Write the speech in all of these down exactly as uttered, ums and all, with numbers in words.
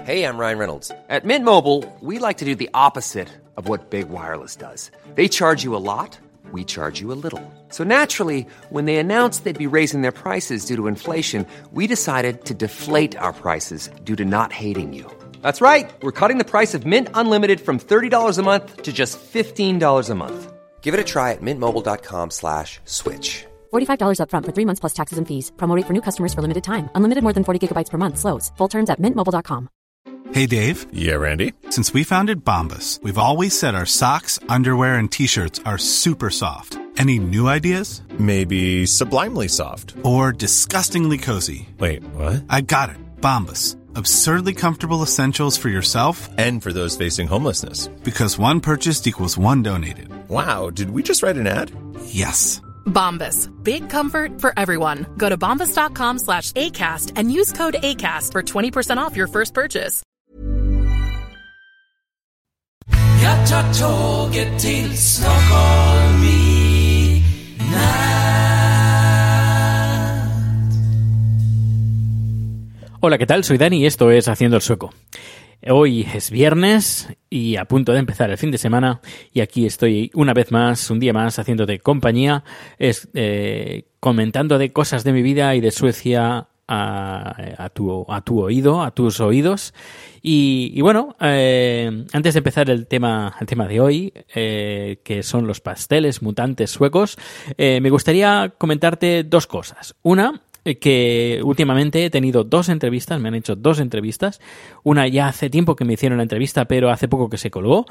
Hey, I'm Ryan Reynolds. At Mint Mobile, we like to do the opposite of what Big Wireless does. They charge you a lot, we charge you a little. So naturally, when they announced they'd be raising their prices due to inflation, we decided to deflate our prices due to not hating you. That's right. We're cutting the price of Mint Unlimited from thirty dollars a month to just fifteen dollars a month. Give it a try at mintmobile.com slash switch. forty-five dollars up front for three months plus taxes and fees. Promo rate for new customers for limited time. Unlimited more than forty gigabytes per month slows. Full terms at mint mobile dot com. Hey, Dave. Yeah, Randy? Since we founded Bombas, we've always said our socks, underwear, and T-shirts are super soft. Any new ideas? Maybe sublimely soft. Or disgustingly cozy. Wait, what? I got it. Bombas. Absurdly comfortable essentials for yourself and for those facing homelessness. Because one purchased equals one donated. Wow, did we just write an ad? Yes. Bombas. Big comfort for everyone. Go to bombas.com slash ACAST and use code ACAST for twenty percent off your first purchase. Jag tar tåget till Stockholm i natt. Hola, ¿qué tal? Soy Dani y esto es Haciendo el Sueco. Hoy es viernes y a punto de empezar el fin de semana y aquí estoy una vez más, un día más, haciéndote compañía, es, eh, comentando de cosas de mi vida y de Suecia a, a, tu, a tu oído, a tus oídos. Y, y bueno, eh, antes de empezar el tema, el tema de hoy, eh, que son los pasteles mutantes suecos, eh, me gustaría comentarte dos cosas. Una, que últimamente he tenido dos entrevistas, me han hecho dos entrevistas. Una ya hace tiempo que me hicieron la entrevista, pero hace poco que se colgó.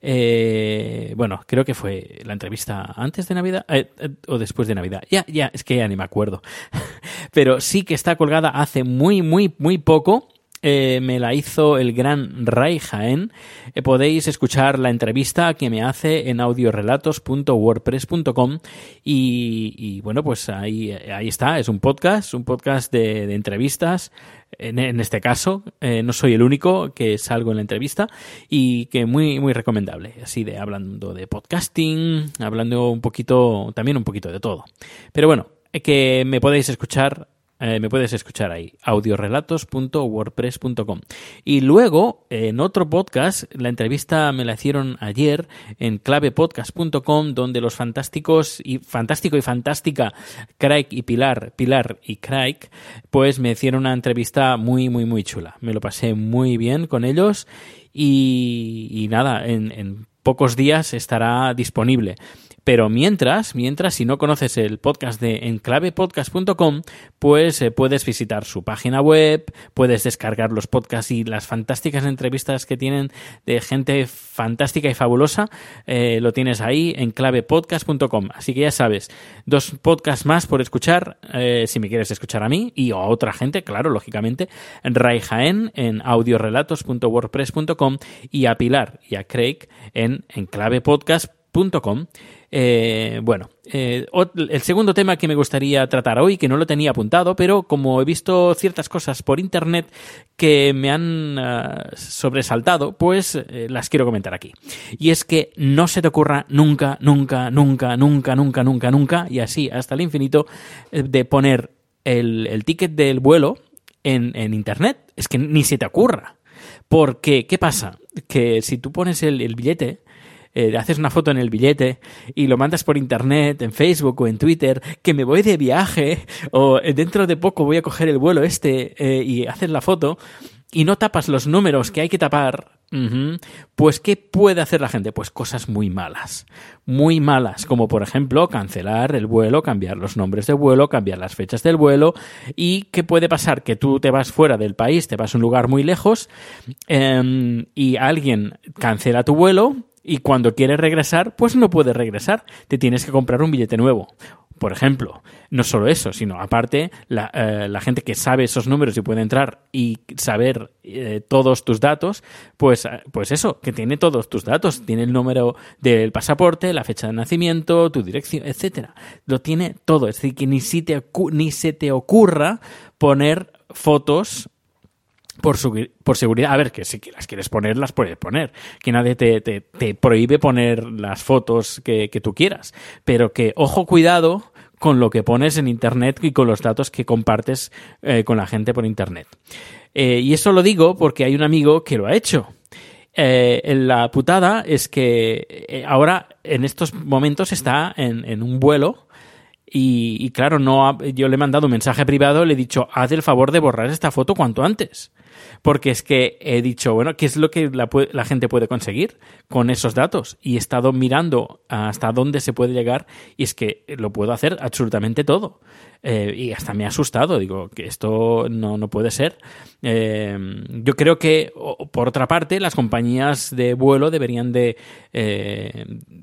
Eh, bueno, creo que fue la entrevista antes de Navidad eh, eh, o después de Navidad. Ya, ya, es que ya ni me acuerdo. Pero sí que está colgada hace muy, muy, muy poco. Eh, me la hizo el gran Ray Jaén. Eh, podéis escuchar la entrevista que me hace en audiorelatos punto wordpress punto com y, y bueno, pues ahí, ahí está, es un podcast, un podcast de, de entrevistas. En, en este caso, eh, no soy el único que salgo en la entrevista y que muy, muy recomendable. Así de hablando de podcasting, hablando un poquito, también un poquito de todo. Pero bueno, eh, que me podéis escuchar. Eh, me puedes escuchar ahí, audiorelatos punto wordpress punto com. Y luego, en otro podcast, la entrevista me la hicieron ayer en clave podcast punto com, donde los fantásticos y fantástico y fantástica Craig y Pilar, Pilar y Craig, pues me hicieron una entrevista muy, muy, muy chula. Me lo pasé muy bien con ellos y, y nada, en, en pocos días estará disponible. Pero mientras, mientras, si no conoces el podcast de enclave podcast punto com, pues eh, puedes visitar su página web, puedes descargar los podcasts y las fantásticas entrevistas que tienen de gente fantástica y fabulosa, eh, lo tienes ahí en enclave podcast punto com. Así que ya sabes, dos podcasts más por escuchar, eh, si me quieres escuchar a mí y a otra gente, claro, lógicamente, Ray Jaén en audiorelatos punto wordpress punto com y a Pilar y a Craig en enclave podcast punto com. Eh, bueno, eh, el segundo tema que me gustaría tratar hoy, que no lo tenía apuntado, pero como he visto ciertas cosas por internet que me han uh, sobresaltado, pues eh, las quiero comentar aquí. Y es que no se te ocurra nunca, nunca, nunca, nunca, nunca, nunca, nunca, y así hasta el infinito, eh, de poner el, el ticket del vuelo en, en internet. Es que ni se te ocurra. Porque, ¿qué pasa? Que si tú pones el, el billete, Eh, haces una foto en el billete y lo mandas por internet, en Facebook o en Twitter, que me voy de viaje o dentro de poco voy a coger el vuelo este eh, y haces la foto y no tapas los números que hay que tapar, uh-huh, pues ¿qué puede hacer la gente? Pues cosas muy malas, muy malas, como por ejemplo cancelar el vuelo, cambiar los nombres de vuelo, cambiar las fechas del vuelo. ¿Y qué puede pasar? Que tú te vas fuera del país, te vas a un lugar muy lejos eh, y alguien cancela tu vuelo. Y cuando quieres regresar, pues no puedes regresar. Te tienes que comprar un billete nuevo. Por ejemplo, no solo eso, sino aparte, la, eh, la gente que sabe esos números y puede entrar y saber eh, todos tus datos, pues, pues eso, que tiene todos tus datos. Tiene el número del pasaporte, la fecha de nacimiento, tu dirección, etcétera. Lo tiene todo. Es decir, que ni, si te, ni se te ocurra poner fotos Por, su, por seguridad. A ver, que si las quieres poner, las puedes poner. Que nadie te, te, te prohíbe poner las fotos que, que tú quieras. Pero que, ojo, cuidado con lo que pones en internet y con los datos que compartes eh, con la gente por internet. Eh, y eso lo digo porque hay un amigo que lo ha hecho. Eh, la putada es que eh, ahora, en estos momentos, está en, en un vuelo y, y claro, no ha, yo le he mandado un mensaje privado, le he dicho, haz el favor de borrar esta foto cuanto antes. Porque es que he dicho, bueno, ¿qué es lo que la, la gente puede conseguir con esos datos? Y he estado mirando hasta dónde se puede llegar y es que lo puedo hacer absolutamente todo. Eh, y hasta me ha asustado, digo, que esto no, no puede ser. Eh, yo creo que, por otra parte, las compañías de vuelo deberían de... Eh,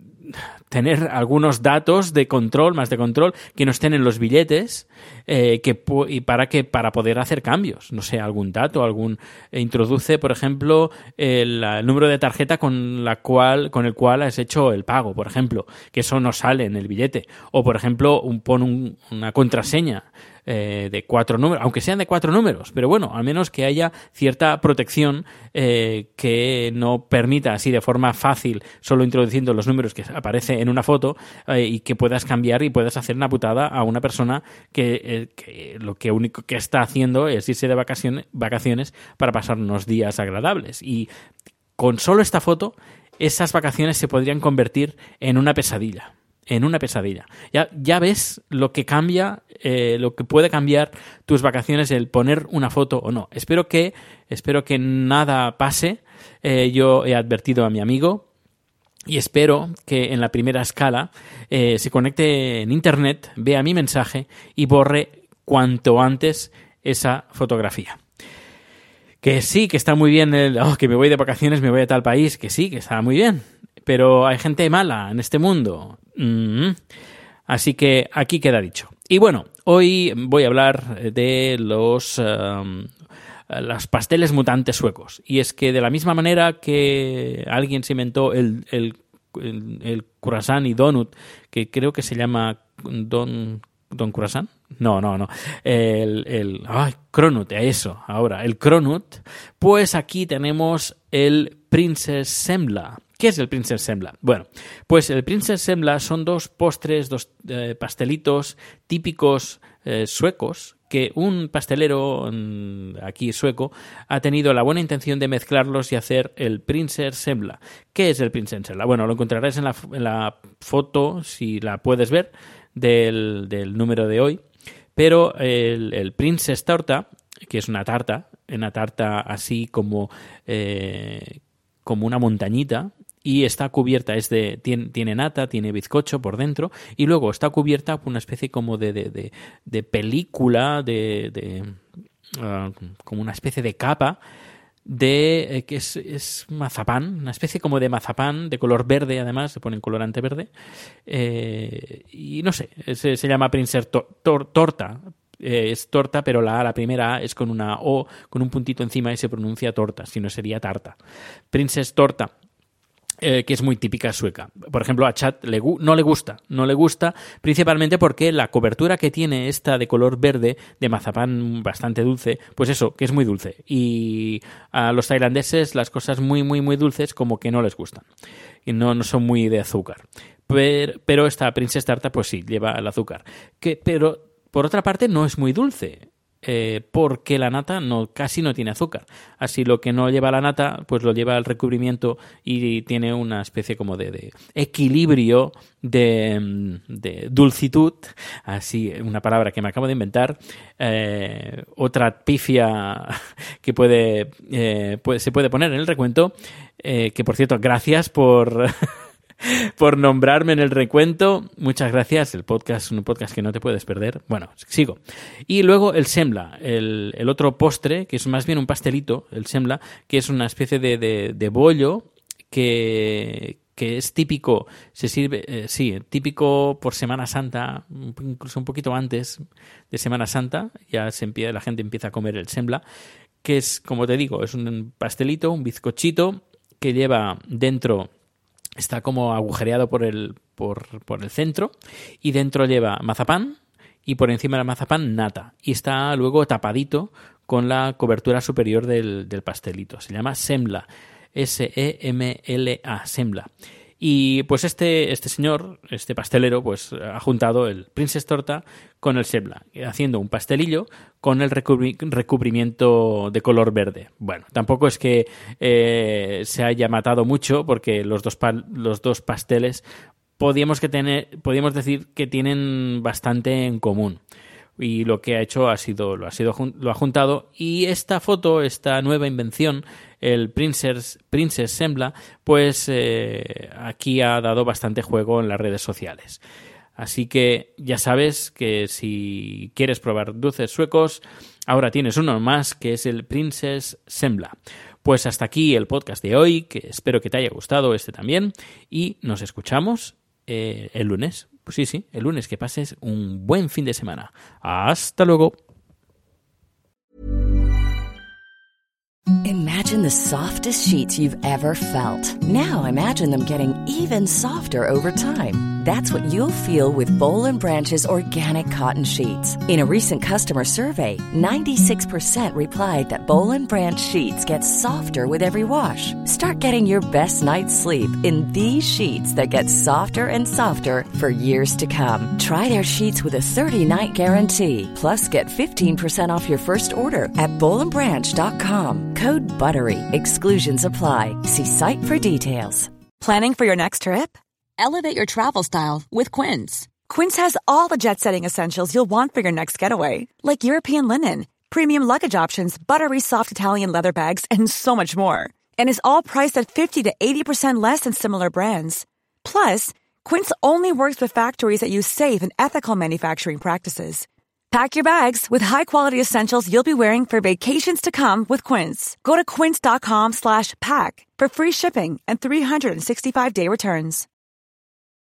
tener algunos datos de control, más de control, que no estén en los billetes eh, que y para que para poder hacer cambios. No sé, algún dato, algún eh, introduce, por ejemplo, el, el número de tarjeta con la cual con el cual has hecho el pago, por ejemplo, que eso no sale en el billete. O, por ejemplo, un, pon un, una contraseña eh, de cuatro números, aunque sean de cuatro números, pero bueno, al menos que haya cierta protección eh, que no permita así de forma fácil, solo introduciendo los números que aparece en una foto eh, y que puedas cambiar y puedas hacer una putada a una persona que, eh, que lo que único que está haciendo es irse de vacaciones, vacaciones para pasar unos días agradables. Y con solo esta foto, esas vacaciones se podrían convertir en una pesadilla. En una pesadilla. Ya, ya ves lo que cambia, eh, lo que puede cambiar tus vacaciones, el poner una foto o no. Espero que, espero que nada pase. Eh, yo he advertido a mi amigo y espero que en la primera escala eh, se conecte en internet, vea mi mensaje y borre cuanto antes esa fotografía. Que sí, que está muy bien el, oh, que me voy de vacaciones, me voy a tal país, que sí, que está muy bien. Pero hay gente mala en este mundo. Mm-hmm. Así que aquí queda dicho. Y bueno, hoy voy a hablar de los, um, los pasteles mutantes suecos. Y es que de la misma manera que alguien se inventó el, el, el, el croissant y donut, que creo que se llama don... ¿Don Croissant? No, no, no. El, el ay, Kronut, eso, ahora. El Kronut, pues aquí tenemos el Prinsessemla. ¿Qué es el Prinsessemla? Bueno, pues el Prinsessemla son dos postres, dos eh, pastelitos típicos eh, suecos que un pastelero aquí sueco ha tenido la buena intención de mezclarlos y hacer el Prinsessemla. ¿Qué es el Prinsessemla? Bueno, lo encontrarás en la, en la foto, si la puedes ver, Del, del número de hoy, pero el, el Princess Torta, que es una tarta, una tarta así como, eh, como una montañita, y está cubierta, es de tiene, tiene nata, tiene bizcocho por dentro, y luego está cubierta por una especie como de, de, de, de película, de, de uh, como una especie de capa, de eh, que es, es mazapán, una especie como de mazapán de color verde, además se pone en colorante verde, eh, y no sé, se, se llama Princess to, tor, Torta, eh, es torta, pero la A, la primera A es con una O, con un puntito encima y se pronuncia torta, si no sería tarta. Princess Torta. Eh, que es muy típica sueca. Por ejemplo, a Chad le gu- no le gusta, no le gusta principalmente porque la cobertura que tiene esta de color verde, de mazapán bastante dulce, pues eso, que es muy dulce. Y a los tailandeses las cosas muy, muy, muy dulces como que no les gustan. Y no, no son muy de azúcar. Pero, pero esta Princess Tarta, pues sí, lleva el azúcar. Que, pero, por otra parte, no es muy dulce. Eh, porque la nata no, casi no tiene azúcar. Así lo que no lleva la nata, pues lo lleva el recubrimiento y tiene una especie como de, de equilibrio de, de dulcitud, así una palabra que me acabo de inventar, eh, otra pifia que puede, eh, puede se puede poner en el recuento, eh, que por cierto, gracias por... por nombrarme en el recuento. Muchas gracias. El podcast es un podcast que no te puedes perder. Bueno, sigo. Y luego el semla, el, el otro postre, que es más bien un pastelito, el semla, que es una especie de, de, de bollo que, que es típico, se sirve, eh, sí, típico por Semana Santa, incluso un poquito antes de Semana Santa, ya se empieza, la gente empieza a comer el semla, que es, como te digo, es un pastelito, un bizcochito que lleva dentro... Está como agujereado por el, por, por el centro y dentro lleva mazapán y por encima del mazapán nata. Y está luego tapadito con la cobertura superior del, del pastelito. Se llama semla. S E M L A, semla. Y pues este, este señor, este pastelero, pues ha juntado el Princess Torta con el Sembla, haciendo un pastelillo con el recubri- recubrimiento de color verde. Bueno, tampoco es que eh, se haya matado mucho, porque los dos, pa- los dos pasteles podíamos, que tener, podíamos decir que tienen bastante en común. Y lo que ha hecho ha sido lo ha sido lo ha juntado, y esta foto, esta nueva invención, el Princess Princess Sembla, pues eh, aquí ha dado bastante juego en las redes sociales. Así que ya sabes que si quieres probar dulces suecos, ahora tienes uno más, que es el Princess Sembla. Pues hasta aquí el podcast de hoy, que espero que te haya gustado este también, y nos escuchamos eh, el lunes. Pues sí, sí, el lunes. Que pases un buen fin de semana. Hasta luego. Imagine the softest sheets you've ever felt. Now imagine them getting even softer over time. That's what you'll feel with Boll and Branch's organic cotton sheets. In a recent customer survey, ninety-six percent replied that Boll and Branch sheets get softer with every wash. Start getting your best night's sleep in these sheets that get softer and softer for years to come. Try their sheets with a thirty-night guarantee. Plus, get fifteen percent off your first order at boll and branch dot com. Code BUTTERY. Exclusions apply. See site for details. Planning for your next trip? Elevate your travel style with Quince. Quince has all the jet-setting essentials you'll want for your next getaway, like European linen, premium luggage options, buttery soft Italian leather bags, and so much more. And is all priced at fifty to eighty percent less than similar brands. Plus, Quince only works with factories that use safe and ethical manufacturing practices. Pack your bags with high-quality essentials you'll be wearing for vacations to come with Quince. Go to quince dot com slash pack for free shipping and three sixty-five day returns.